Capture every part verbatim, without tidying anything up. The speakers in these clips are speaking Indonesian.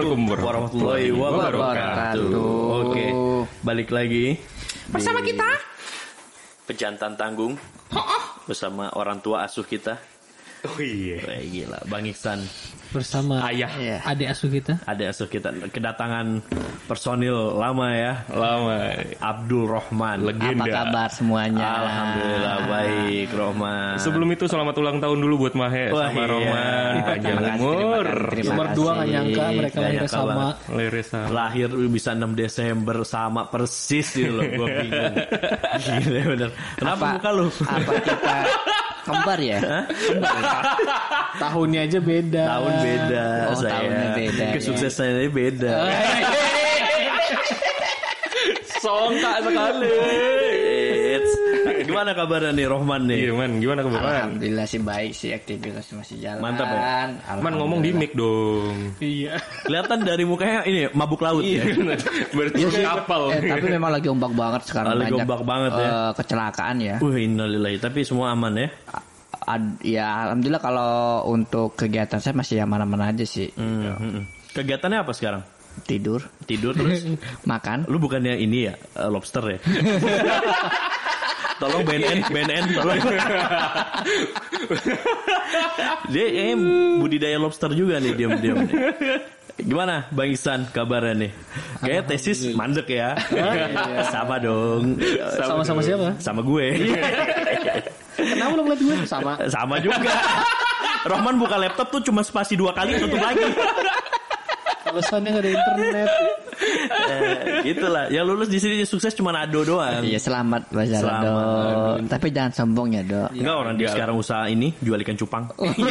Assalamualaikum warahmatullahi wabarakatuh. Oke, balik lagi bersama kita Pejantan Tanggung bersama orang tua asuh kita. Oh iya. Wah, gila, Bang Iksan bersama ayah, iya. adik asuh kita. Adik asuh kita kedatangan personil lama ya, lama. Abdul Rahman, legenda. Apa kabar semuanya? Alhamdulillah baik, Rahman. Sebelum itu selamat ulang tahun dulu buat Mahe Wah, sama iya. Rahman, panjang Terima kasih, umur. terima kasih, terima Nomor kasih. dua nggak nyangka mereka Nggak lahir nyangka sama. banget. Lahir sama. Lahir bisa enam Desember sama persis gitu loh, gue bingung. Gila bener. Kenapa Apa- muka lu? Apa kita kembar ya? Kembar ya? Tahunnya aja beda. Tahun beda, Oh, saya. tahunnya beda, ya. Kesuksesannya beda. Songka sekali. Eits. Gimana kabarnya nih Rohman nih? Iya man, gimana kabar? Alhamdulillah sih baik sih, aktivitas masih jalan. Mantap ya? Man ngomong di mic dong. Iya. Kelihatan dari mukanya ini mabuk laut ya. Berarti kapal. Eh, tapi memang lagi ombak banget sekarang. Lagi banyak ombak banget ya. eh, kecelakaan ya. Wah, innalillahi. Tapi semua aman ya. Ad- ya alhamdulillah kalau untuk kegiatan saya masih aman-aman aja sih. Hmm, hmm. Kegiatannya apa sekarang? Tidur, Tidur terus. makan. Lu bukannya ini ya, uh, lobster ya? Tolong B N N, B N N tolong. Dia eh, budidaya lobster juga nih diam-diam nih. Gimana Bang Iksan kabarnya nih? Kayaknya tesis mandek ya. Sama dong. Sama-sama siapa? Sama gue. Kenapa lo ngeliat gue? Sama. Sama juga. Rohman buka laptop tuh cuma spasi dua kali tutup lagi. Alasannya nggak ada internet. eh, gitulah. Yang lulus di sini sukses cuma Ado doang. Iya selamat Mas Zara, Selamat. Dok. Tapi jangan sombong ya dok. Enggak, orang dia sekarang usaha ini jual ikan cupang.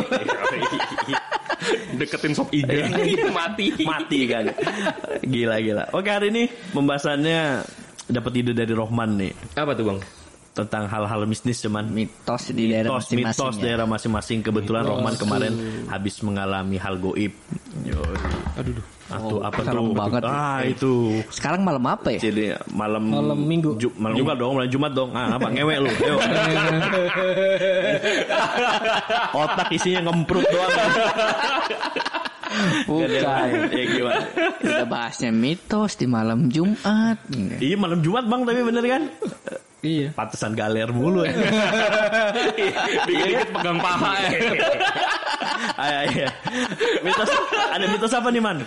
Deketin sop iga. Mati. Mati kan. Gila gila. Oke, hari ini pembahasannya dapat ide dari Rohman nih Apa tuh bang? tentang hal-hal bisnis cuman Mitos di daerah mitos masing-masing. mitos ya. daerah masing-masing. Kebetulan Mitos. Rohman kemarin habis mengalami hal goib. Yoi. Aduh. duh. Atau Oh, apa serem tuh? banget. Ah itu. Sekarang malam apa ya? Jadi malam Malam Minggu. Ju- malam Jumat dong, malam Jumat dong. Ah, apa ngewe lu? Ayo. Otak isinya ngemprut doang. Bukan. Ya gimana? Kita bahasnya mitos di malam Jumat. Iya malam Jumat bang, tapi bener kan? Iya. Pantesan galer mulu ya. Dikit-dikit pegang paha ya. Ayo, ayo. Mitos, ada mitos apa nih man?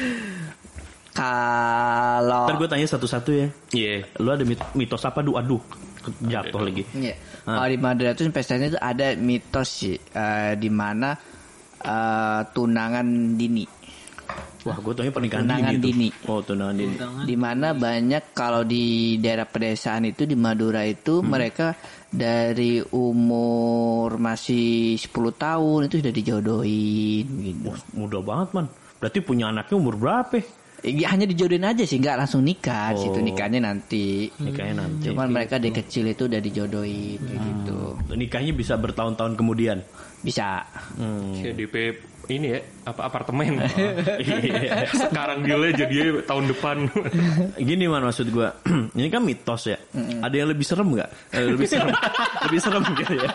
Kalau Ntar gue tanya satu-satu ya. Iya. Lu ada mit- mitos apa? Duh, aduh, jatuh lagi. Iya. Ah. Kalau di Madura itu pestanya itu ada mitos sih, eh, di mana eh, tunangan dini. Wah, gue tanya pernikahan Tunangan dini. dini. Tuh. Oh, tunangan dini. Di mana banyak kalau di daerah pedesaan itu di Madura itu Hmm. mereka dari umur masih sepuluh tahun itu sudah dijodohin gitu. Mudah banget man. Berarti punya anaknya umur berapa? Ya, hanya dijodohin aja sih, nggak langsung nikah. Oh. Situ nikahnya nanti. Nikahnya nanti. Cuman mereka dari kecil itu udah dijodohin kayak gitu. Nikahnya bisa bertahun-tahun kemudian. Bisa. Hmm. Kayak D P ini ya, apa apartemen. Sekarang dealnya jadi tahun depan. Gini man maksud gue. Ini kan mitos ya. Ada yang lebih serem nggak? Eh, lebih serem. lebih serem gitu ya.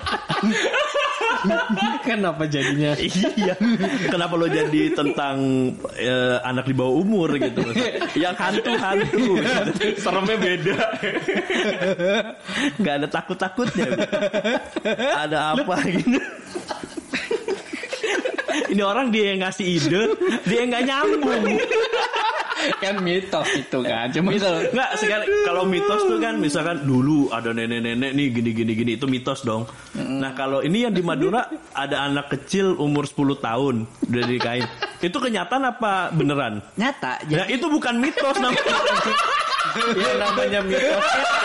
Kenapa jadinya? Iya. Kenapa lo jadi tentang eh, anak di bawah umur gitu? Yang hantu-hantu. Gitu. Seremnya beda. Gak ada takut-takutnya. Ada apa gitu? Ini orang dia yang ngasih ide, dia yang nggak nyambung. Kan mitos itu kan. Cuma itu Nggak, sekarang kalau mitos tuh kan misalkan dulu ada nenek-nenek nih gini-gini gini itu mitos dong. Nah kalau ini yang di Madura ada anak kecil umur sepuluh tahun udah dinikahin. Itu kenyataan apa beneran? nyata. Nah itu bukan mitos namanya. Itu namanya mitos.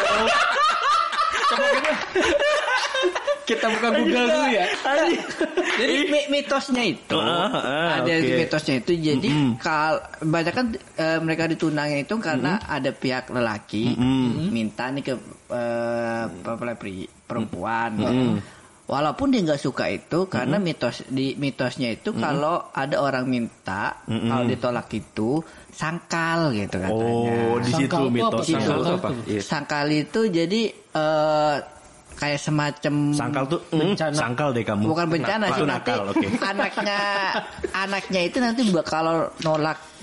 Kita buka Google dulu ya. Jadi mi- mitosnya itu Ah, ah, ada oke. mitosnya itu. Jadi Mm-mm. kal banyak kan eh, mereka ditunangin itu karena ada pihak lelaki minta nih ke eh, mempelai pri- perempuan. gitu. Walaupun dia nggak suka itu karena mitos di mitosnya itu kalau ada orang minta kalau ditolak itu sangkal gitu katanya. Oh di situ Sangkal itu apa? mitos. Itu. Sangkal itu apa? Iya. Sangkal itu jadi eh, kayak semacam Sangkal tuh mm, Bencana. sangkal deh kamu. bukan bencana Itu sih nanti nakal, oke. anaknya anaknya itu nanti bak- kalau nolak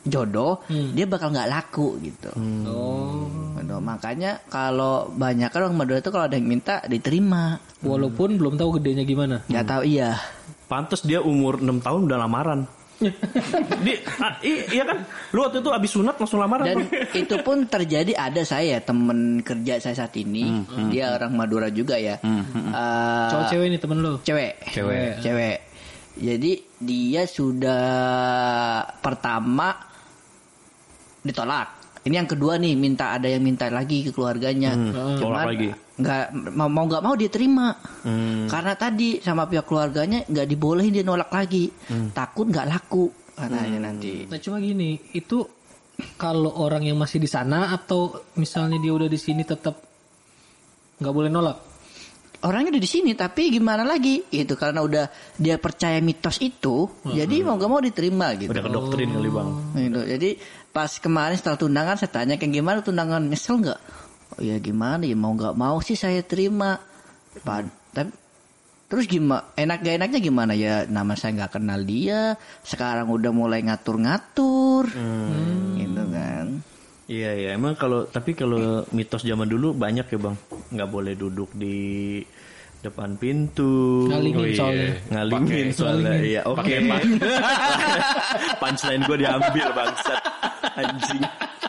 jodoh, hmm. dia bakal nggak laku gitu. Hmm. Oh. Gitu. Makanya kalau banyak orang Madura itu kalau ada yang minta diterima. Walaupun hmm. belum tahu gedenya gimana. Nggak tahu iya. Pantes dia umur enam tahun udah lamaran. Di, ah, i, iya kan, lu waktu itu abis sunat langsung lamaran. Dan bang. itu pun terjadi, ada saya temen kerja saya saat ini, hmm, hmm, dia hmm. orang Madura juga ya. Hmm, hmm. Uh, Cowok cewek nih temen lu? Cewek, cewek, cewek. Jadi dia sudah pertama ditolak. Ini yang kedua nih, minta ada yang minta lagi ke keluarganya. Hmm, Cuman lagi. nggak mau mau nggak mau dia terima. Hmm. Karena tadi sama pihak keluarganya nggak dibolehin dia nolak lagi. Hmm. Takut nggak laku katanya hmm. nanti. Nah cuma gini, itu kalau orang yang masih di sana atau misalnya dia udah di sini tetap nggak boleh nolak. Orangnya udah di sini tapi gimana lagi? Itu karena udah dia percaya mitos itu, hmm. jadi mau nggak mau diterima gitu. Udah kedoktrin kali bang. Gitu. Jadi pas kemarin setelah tundangan saya tanya kayak gimana tundangan, nyesel nggak? Oh ya gimana ya, mau nggak mau sih saya terima. Pad, tapi terus gimana? Enak gak enaknya gimana ya? Nama saya nggak kenal dia. Sekarang udah mulai ngatur-ngatur, hmm. gitu kan? Iya iya. Emang kalau tapi kalau mitos zaman dulu banyak ya bang. Nggak boleh duduk di depan pintu. Ngalingin oh, iya. soalnya. Ngalingin Pake, soalnya. ngalingin. Iya oke. Okay. Punchline gue diambil bangsat. Anjing.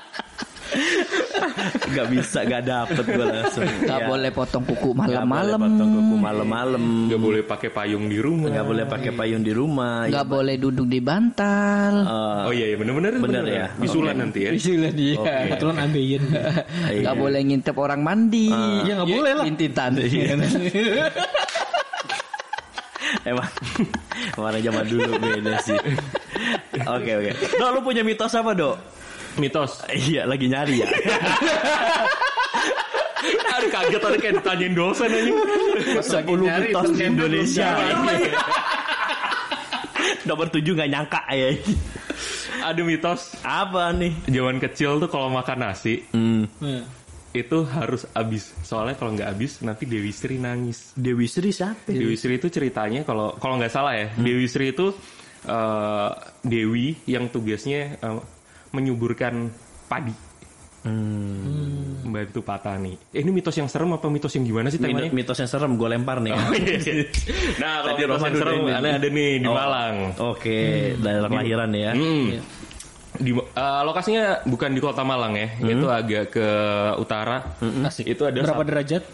Gak bisa, gak dapet gue langsung. Gak ya. boleh potong kuku malam-malam. Gak boleh potong kuku malam-malam. Gak boleh pakai payung di rumah. Gak boleh pakai payung di rumah. Gak ya, boleh duduk di bantal. Uh, oh iya, iya benar-benar benar ya. Bisulan okay. nanti ya. Bisulan iya. Okay. Kebetulan ambeien. Gak boleh ngintip orang mandi. Uh, ya gak boleh lah. Intitan. Emang Emang zaman dulu beda sih. Oke oke. Dok, lu punya mitos apa dok? Mitos. Iya lagi nyari ya. Aduh kaget tadi kayak ditanyain dosen aja. sepuluh mitos di Indonesia. Nomor tujuh gak nyangka ya. Ada mitos. Apa nih? Zaman kecil tuh kalau makan nasi Hmm. itu harus habis. Soalnya kalau nggak habis nanti Dewi Sri nangis. Dewi Sri siapa? Dewi Sri itu ceritanya kalau kalau nggak salah ya, hmm. Dewi Sri itu uh, Dewi yang tugasnya uh, menyuburkan padi. Hmm. Membantu petani. Eh, ini mitos yang serem apa mitos yang gimana sih temanya? Mitos yang serem gue lempar nih. Oh, iya. Nah, kalau mitos yang serem ada, ada nih di oh, Malang. Oke, okay. hmm. daerah kelahiran ya. Hmm. Yeah. Di uh, lokasinya bukan di Kota Malang ya, hmm. itu agak ke utara. Hmm. Asik. Itu ada berapa sap- derajat?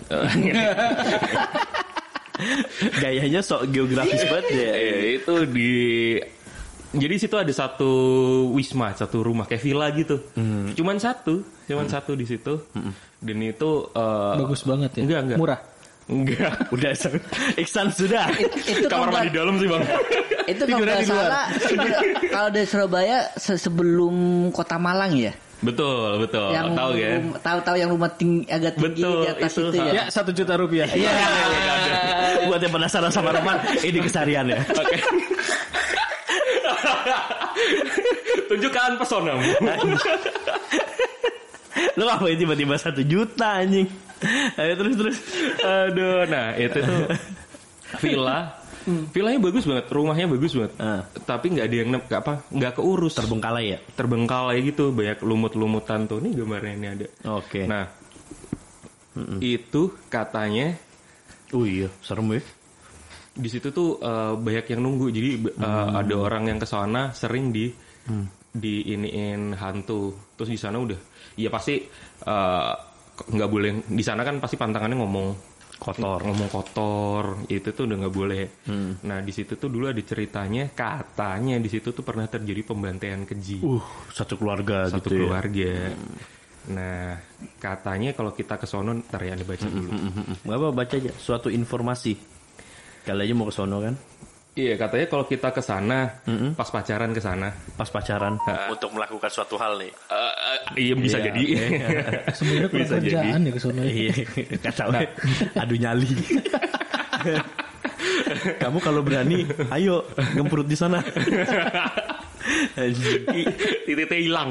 Gayanya sok geografis banget ya. Itu di jadi situ ada satu wisma, satu rumah kayak villa gitu. Hmm. Cuman satu, cuman hmm. satu di situ. Hmm. Dan itu uh, bagus banget ya. Enggak, enggak. Murah. Enggak. Udah Iksan sudah. It, itu kamar mandi dalam sih, Bang. Itu kalau nggak salah kalau dari Surabaya se- sebelum Kota Malang ya. Betul, betul. Yang tahu ya. Tahu-tahu yang rumah tinggi agak tinggi betul, di atas itu, itu ya. Ya, satu juta rupiah. Iya. Buat yang penasaran sama Roman, ini keseharian ya. Oke. Tunjukkan pesonamu. Lu ngapain tiba-tiba satu juta anjing? Ayo terus terus. Aduh, nah itu tuh villa. Villanya bagus banget, rumahnya bagus banget. Uh. Tapi nggak ada yang nggak apa, nggak keurus. Terbengkalai ya? Terbengkalai gitu, banyak lumut-lumutan tuh. Nih gambarnya ini ada. Oke. Okay. Nah, Mm-mm. itu katanya. Oh iya, serem ya. Di situ tuh uh, banyak yang nunggu, jadi uh, hmm. ada orang yang kesana sering di hmm. di iniin hantu. Terus di sana udah, ya pasti nggak uh, boleh di sana kan pasti pantangannya ngomong kotor, ngomong kotor, itu tuh udah nggak boleh. Hmm. Nah di situ tuh dulu ada ceritanya, katanya di situ tuh pernah terjadi pembantaian keji. Uh, satu keluarga satu gitu keluarga. Ya. Hmm. Nah katanya kalau kita kesono, ntar ya baca dulu. Hmm, hmm, hmm. Gak apa baca aja, suatu informasi. Kali aja mau ke sono kan? Iya, katanya kalau kita ke sana, mm-hmm. pas pacaran ke sana, pas pacaran uh, untuk melakukan suatu hal nih. Uh, uh, iya bisa iya, jadi. Sebenarnya bisa kerjaan ya ke sono. Iya, kata nah. Adu nyali. Kamu kalau berani, ayo gemprut di sana. Titiknya hilang.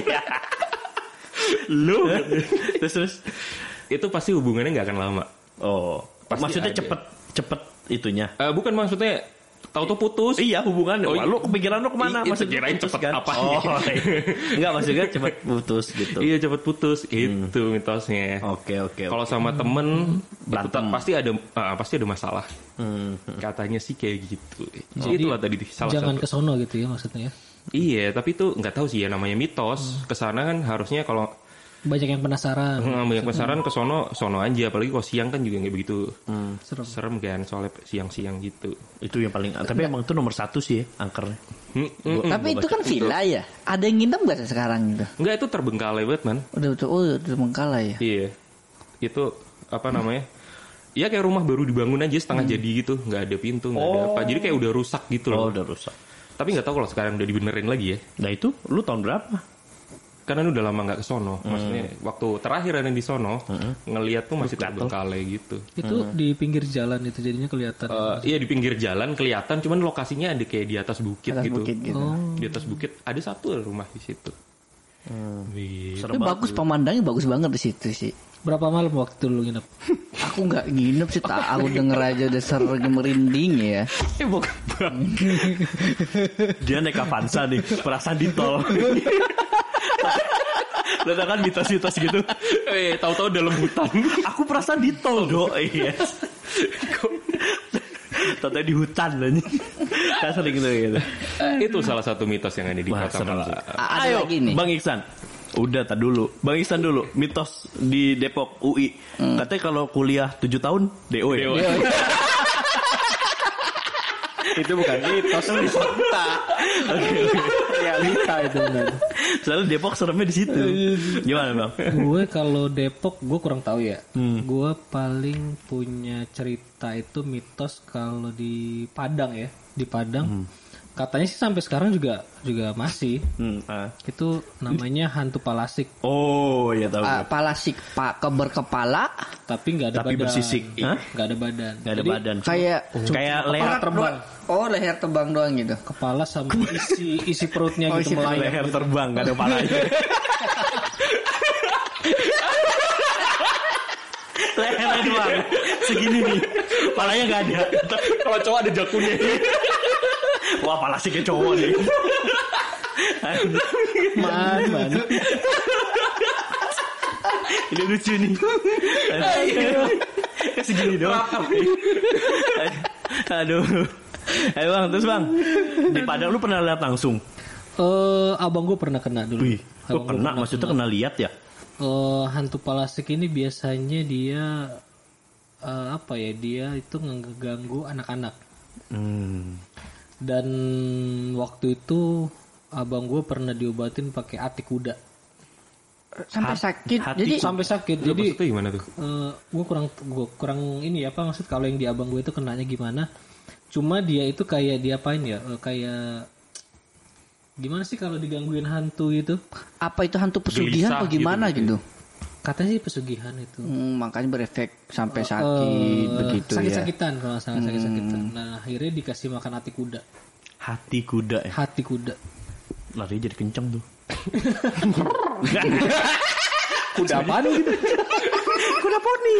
Lu terus terus itu pasti hubungannya nggak akan lama. Oh, pasti maksudnya ada. cepet cepet itunya. Uh, bukan maksudnya Tahu tuh putus. Iya hubungan. Oh, Wah, lu kepikiran lu kemana? Itu Maksudnya kirain putus cepet apa Oh, enggak maksudnya cepet putus gitu. Iya cepet putus itu mitosnya. Oke oke. Kalau sama temen Berantem. itu pasti ada ah, pasti ada masalah. Hmm. Katanya sih kayak gitu. Jadi, Itulah tadi salah jangan satu. kesono gitu ya maksudnya ya. Iya, tapi itu nggak tahu sih ya namanya mitos. Kesana kan harusnya kalau Banyak yang penasaran. hmm, banyak penasaran ke sono sono aja. Apalagi kalau siang kan juga nggak begitu Serem. serem kan soalnya siang-siang gitu. Itu yang paling. Tapi emang itu nomor satu sih ya angkernya. Hmm, hmm, hmm. Tapi itu kan villa ya. Ada yang nginep nggak sekarang gitu? Nggak itu terbengkalai banget man. Udah betul, oh udah mengkalah ya. Iya, itu apa namanya? Ya kayak rumah baru dibangun aja setengah jadi gitu, nggak ada pintu, nggak ada apa. Jadi kayak udah rusak gitu Oh loh. udah rusak. Tapi nggak tahu kalau sekarang udah dibenerin lagi ya. Nah itu lu tahun berapa? Karena udah lama nggak ke sono. Maksudnya waktu terakhir ada di sono, ngelihat tuh masih terbengkalai gitu. Itu di pinggir jalan itu jadinya kelihatan. Eh, iya di pinggir jalan kelihatan, cuman lokasinya ada kayak di atas bukit Atas gitu. bukit gitu. Di atas bukit ada satu rumah di situ. Gitu. Tapi bagus pemandangnya bagus banget di situ sih. Berapa malam waktu lu nginep? Aku nggak nginep sih, tak aku denger aja udah serem merinding ya. Eh bukan. Dia naik Avanza nih, perasaan di tol. Lo tau kan mitos-mitos gitu. Eh tahu-tahu dalam hutan. Aku perasaan di tol dong. Iya. Tau-tau di hutan loh. Kan sering gitu gitu. Itu salah satu mitos yang ada di Wah, kota serem. Malang. A- ada Ayo, lagi nih. Bang Iksan. Udah, tak dulu. Bang Iksan dulu. Mitos di Depok U I. Katanya kalau kuliah tujuh tahun, D O ya? D O. Itu bukan mitos, itu fakta. Realita itu benar. Soalnya Depok seremnya di situ. Gimana Bang? Gue kalau Depok gue kurang tahu ya. Gue paling punya cerita itu mitos kalau di Padang ya, di Padang. Katanya sih sampai sekarang juga juga masih. Hmm, ah. Itu namanya hantu palasik, Oh, ya tahu. Ah, gue. palasik pak ke berkepala tapi nggak ada Tapi badan. bersisik. Hah? Nggak ada badan. Gak ada Jadi, badan. kayak Kayak leher terbang. Oh leher terbang doang gitu. Kepala sama isi isi perutnya Oh, gitu isi melayang. leher terbang, gak ada palanya. Lehernya doang. Segini nih. Palanya gak ada. Kalau cowok ada jakunnya. Wah, pala sih kayak cowok nih. Man, man. Ini lucu nih. Segini doang. Aduh. Ayo Bang, terus Bang. Di Padang lu pernah lihat langsung? Eh, abang gue pernah kena dulu. Wih, kok Abang gua kena? pernah Maksudnya kena lihat ya? Eh, hantu palasik ini biasanya dia eh, apa ya? Dia itu ngeganggu anak-anak. Hmm. Dan waktu itu abang gue pernah diobatin pakai atik kuda. Sampai sakit. hati- Jadi Sampai sakit. Jadi Jadi itu gimana tuh? eh, gue kurang gue kurang ini ya apa maksud kalau yang di abang gue itu kenanya gimana? Cuma dia itu kayak diapain ya? Eh, kayak gimana sih kalau digangguin hantu itu? apa itu hantu pesugihan Gelisah atau gimana gitu, gitu? Katanya sih pesugihan itu. Hmm, makanya berefek sampai sakit Eh, begitu ya. sakit-sakitan kalau nggak salah sakit-sakitan. Nah akhirnya dikasih makan hati kuda, Hati kuda ya. hati kuda. Lari jadi kenceng tuh. Kuda apaan gitu? Kuda poni.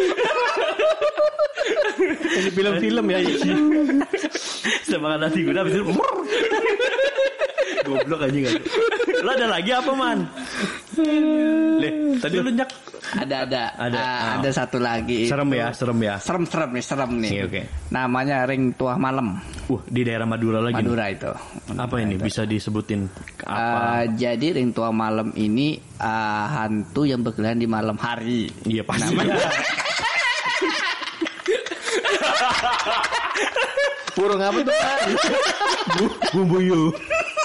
Ini film-film ya. Semangat hati kuda habis itu. Goblok aja kan. Lo ada lagi apa man? Leh, tadi lu nyak. Ada ada Ada. Ah, Ah. ada satu lagi. Serem itu. ya, serem ya. Serem-serem nih, serem nih. Oke, oke. Namanya ring tuah malam. Uh, di daerah Madura lagi. nih. Madura itu. Apa ini bisa disebutin apa? Ah, jadi ring tua malam ini ah, hantu yang berkeliaran di malam hari. Iya pasti. Burung apa tuh? Bumbuyu.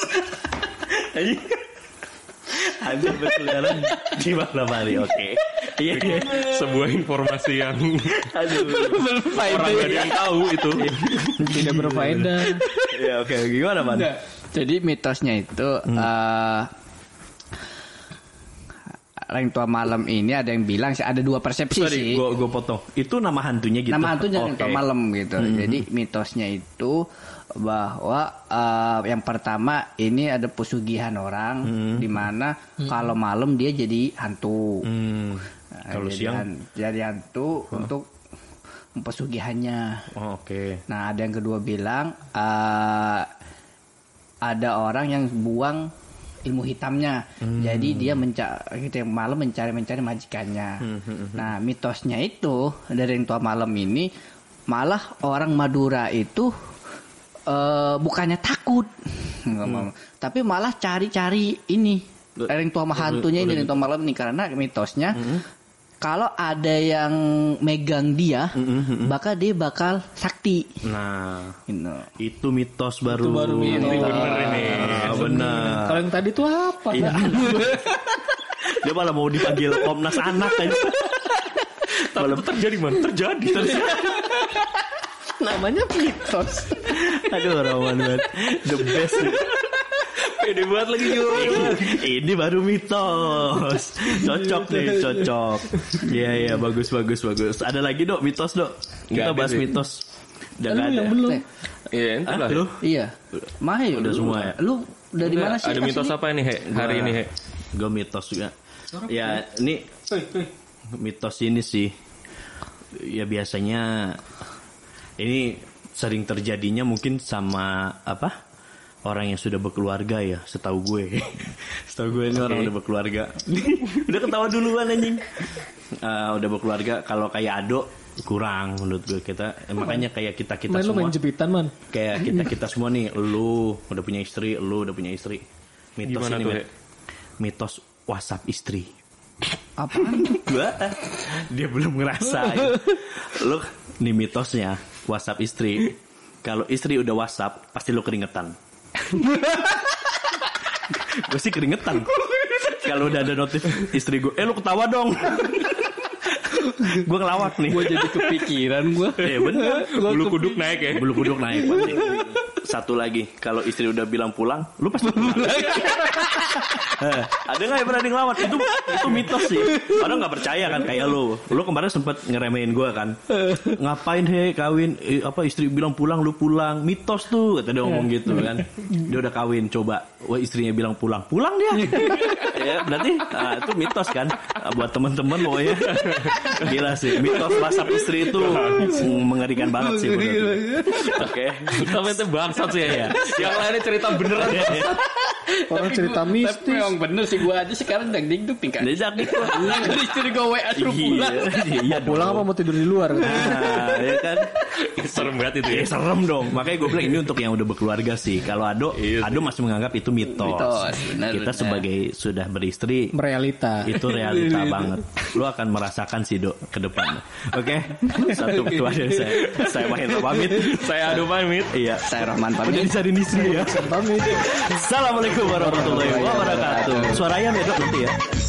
Hantu berkeliaran di malam hari. Oke. Iya, iya. Sebuah informasi yang Aduh. orang gak ada yang tahu itu. Tidak berfaedah. Ya oke, gimana man? Jadi mitosnya itu eh ring tua malam ini ada yang bilang sih ada dua persepsi Sorry, sih. gue gue potong. Itu nama hantunya gitu. Nama hantunya ring Oke. tua malam gitu. Jadi mitosnya itu bahwa eh, yang pertama ini ada pesugihan orang di mana kalau malam dia jadi hantu. Hmm. Nah, Kalau jadi siang? han- jadi hantu untuk pesugihannya. Oh, oke. Okay. Nah, ada yang kedua bilang uh, ada orang yang buang ilmu hitamnya. Hmm. Jadi dia mencari gitu, malam mencari-mencari majikannya. Hmm, hmm, hmm. Nah, mitosnya itu dari yang tua malam ini malah orang Madura itu uh, bukannya takut. Hmm. Tapi malah cari-cari ini Ring tua hantunya ini Ring tua malam ini karena mitosnya hmm. kalau ada yang megang dia, mm-hmm. bakal dia bakal sakti. Nah, you itu mitos baru. Itu baru mitos. Ini bener ini. Ah, benar. Kalau yang tadi tuh apa? Iya. Dia malah mau dipanggil Komnas Anak kan. Malah terjadi man, terjadi. Namanya mitos. Aduh, Roman banget. The best. Pede banget lagi juga. Ini baru mitos. Cocok nih, cocok. Iya, iya, bagus, bagus, bagus. Ada lagi, Dok, mitos, Dok? Kita Gak bahas ada, mitos. Udah Lu gak ada. yang belum. Iya, ente Ah, lah. lu? Iya. Mahe Udah lu, semua ya? Lu dari Enggak, mana sih? ada mitos asli? apa ini, He? Hari ini, He? Gue mitos juga. Ya, ini mitos ini sih. Ya biasanya ini sering terjadinya mungkin sama apa? Orang yang sudah berkeluarga ya, setahu gue. Setahu gue ini okay. Orang udah berkeluarga. Udah ketawa duluan anjing. Uh, udah berkeluarga, kalau kayak Ado kurang menurut gue. Kita eh, makanya kayak kita-kita main semua. Lu main jepitan, man. Kayak kita-kita semua nih, lu udah punya istri, lu udah punya istri. Mitos Gimana ini tuh, mit- mitos WhatsApp istri. Apaan? Gua dia belum ngerasain. Lu nih mitosnya WhatsApp istri. Kalau istri udah WhatsApp, pasti lu keringetan. Gue sih keringetan kalau udah ada notif istri gue. Eh lu ketawa dong. Gue ngelawak nih. Gue jadi kepikiran gue. Iya bener. Bulu kuduk naik ya. Bulu kuduk naik pasti. Satu lagi, kalau istri udah bilang pulang, lu pasti pulang. eh, ada nggak yang berani ngelawat? Itu itu mitos sih. Orang nggak percaya kan kayak lu. Lu kemarin sempat ngeremehin gue kan. Ngapain he kawin? Eh, apa istri bilang pulang, lu pulang? Mitos tuh. Kata dia ngomong gitu kan. Dia udah kawin, coba. Wah istrinya bilang pulang, pulang dia. Ya berarti nah, itu mitos kan. Buat teman-teman pokoknya. Gila sih. Mitos WhatsApp istri itu mengerikan banget sih. Oke. Tapi itu bangsat sih ya. Yang lainnya cerita beneran. Orang cerita mistis. Tapi memang bener sih gue aja sekarang dag digduk nih kan. Dia Dari istri gue W A suruh pulang. Iya, Pulang apa mau tidur di luar? Nah, ya kan. Serem banget itu ya. Ya, serem dong. Makanya gue bilang ini untuk yang udah berkeluarga sih. Kalau Ado, Iya. Ado masih menganggap itu mitos. Mitos, benar, Kita benar. sebagai sudah beristri, Realita. itu realita banget. Lu akan merasakan sih, Dok, ke depan. Oke. Satu kedua dari saya. Saya Mahendra pamit. Saya Ado pamit. Iya. Saya Rahman Udah pamit. disarin istri ya. Pamit. Assalamualaikum warahmatullahi wabarakatuh. Suaranya ya, Dok, nanti ya.